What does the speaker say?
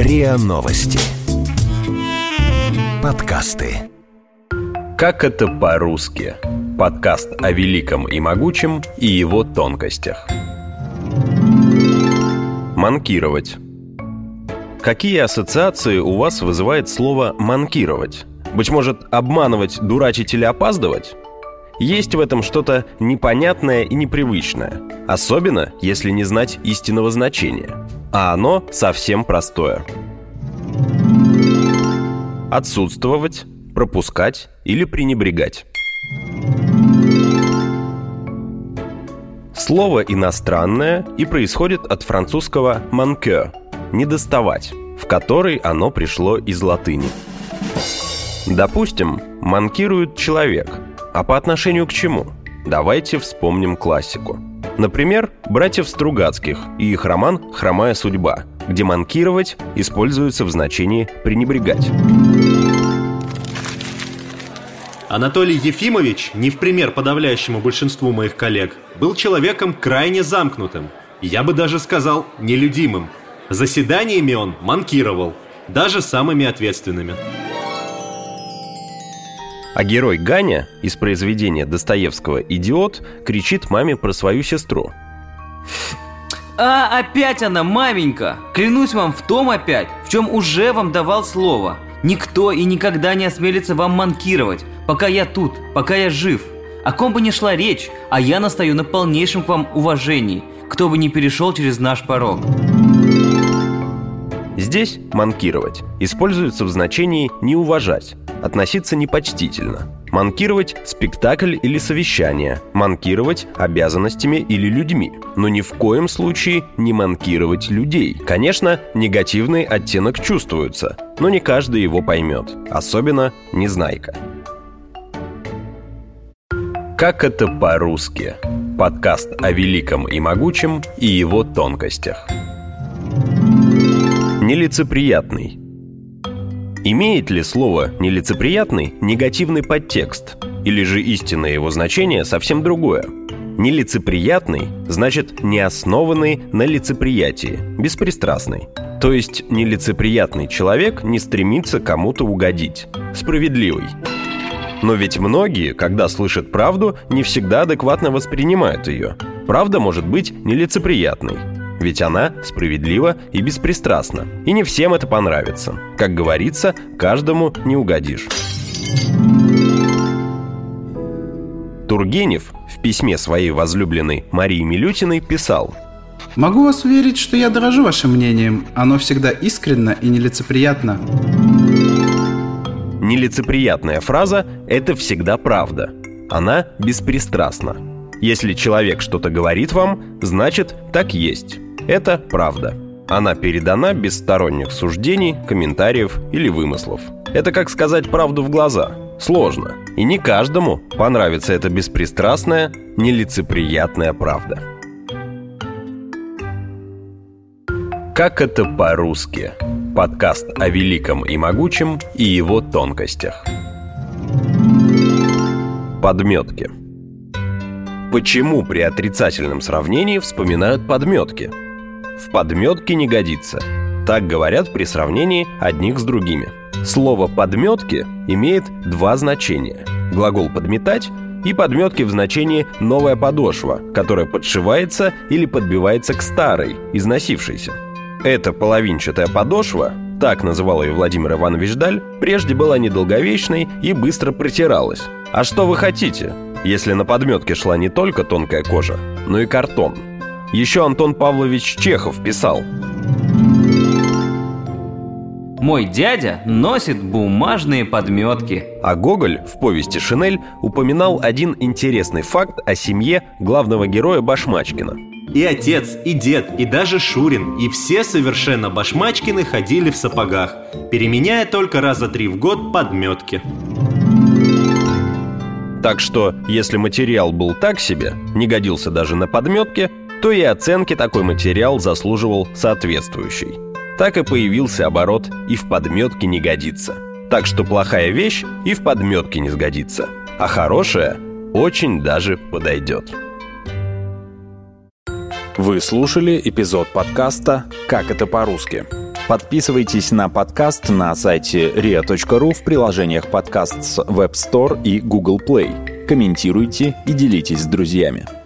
РИА Новости. Подкасты. Как это по-русски? Подкаст о великом и могучем и его тонкостях. Манкировать. Какие ассоциации у вас вызывает слово «манкировать»? Быть может, обманывать, дурачить или опаздывать? Есть в этом что-то непонятное и непривычное, особенно если не знать истинного значения. А оно совсем простое. Отсутствовать, пропускать или пренебрегать. Слово иностранное и происходит от французского «manquer» – «недоставать», в который оно пришло из латыни. Допустим, манкирует человек. А по отношению к чему? Давайте вспомним классику. Например, братьев Стругацких и их роман «Хромая судьба», где манкировать используется в значении «пренебрегать». Анатолий Ефимович, не в пример подавляющему большинству моих коллег, был человеком крайне замкнутым. Я бы даже сказал, нелюдимым. Заседаниями он манкировал, даже самыми ответственными. А герой Ганя из произведения Достоевского «Идиот» кричит маме про свою сестру. Опять она, маменька! Клянусь вам в том опять, в чем уже вам давал слово. Никто и никогда не осмелится вам манкировать, пока я тут, пока я жив. О ком бы ни шла речь, а я настаю на полнейшем к вам уважении, кто бы ни перешел через наш порог. Здесь «манкировать» используется в значении «не уважать», относиться непочтительно. Манкировать – спектакль или совещание. Манкировать – обязанностями или людьми. Но ни в коем случае не манкировать людей. Конечно, негативный оттенок чувствуется, но не каждый его поймет. Особенно незнайка. Как это по-русски? Подкаст о великом и могучем и его тонкостях. Нелицеприятный. Имеет ли слово «нелицеприятный» негативный подтекст? Или же истинное его значение совсем другое? Нелицеприятный значит неоснованный на лицеприятии, беспристрастный. То есть нелицеприятный человек не стремится кому-то угодить, справедливый. Но ведь многие, когда слышат правду, не всегда адекватно воспринимают ее. Правда может быть нелицеприятной. Ведь она справедлива и беспристрастна. И не всем это понравится. Как говорится, каждому не угодишь. Тургенев в письме своей возлюбленной Марии Милютиной писал: «Могу вас уверить, что я дорожу вашим мнением. Оно всегда искренно и нелицеприятно». Нелицеприятная фраза – это всегда правда. Она беспристрастна. Если человек что-то говорит вам, значит, так есть. Это правда. Она передана без сторонних суждений, комментариев или вымыслов. Это как сказать правду в глаза. Сложно. И не каждому понравится эта беспристрастная, нелицеприятная правда. Как это по-русски? Подкаст о великом и могучем и его тонкостях. Подметки. Почему при отрицательном сравнении вспоминают подметки? В подметки не годится. Так говорят при сравнении одних с другими. Слово «подметки» имеет два значения. Глагол «подметать» и подметки в значении «новая подошва», которая подшивается или подбивается к старой, износившейся. Эта половинчатая подошва, так называл ее Владимир Иванович Даль, прежде была недолговечной и быстро протиралась. А что вы хотите, если на подметке шла не только тонкая кожа, но и картон? Еще Антон Павлович Чехов писал: «Мой дядя носит бумажные подметки». А Гоголь в повести «Шинель» упоминал один интересный факт о семье главного героя Башмачкина. И отец, и дед, и даже Шурин, и все совершенно Башмачкины ходили в сапогах, переменяя только раза 3 в год подметки. Так что, если материал был так себе, не годился даже на подметке, то и оценки такой материал заслуживал соответствующей. Так и появился оборот «и в подметке не годится». Так что плохая вещь и в подметке не сгодится, а хорошая очень даже подойдет. Вы слушали эпизод подкаста «Как это по-русски». Подписывайтесь на подкаст на сайте ria.ru в приложениях подкаст с Web Store и Google Play. Комментируйте и делитесь с друзьями.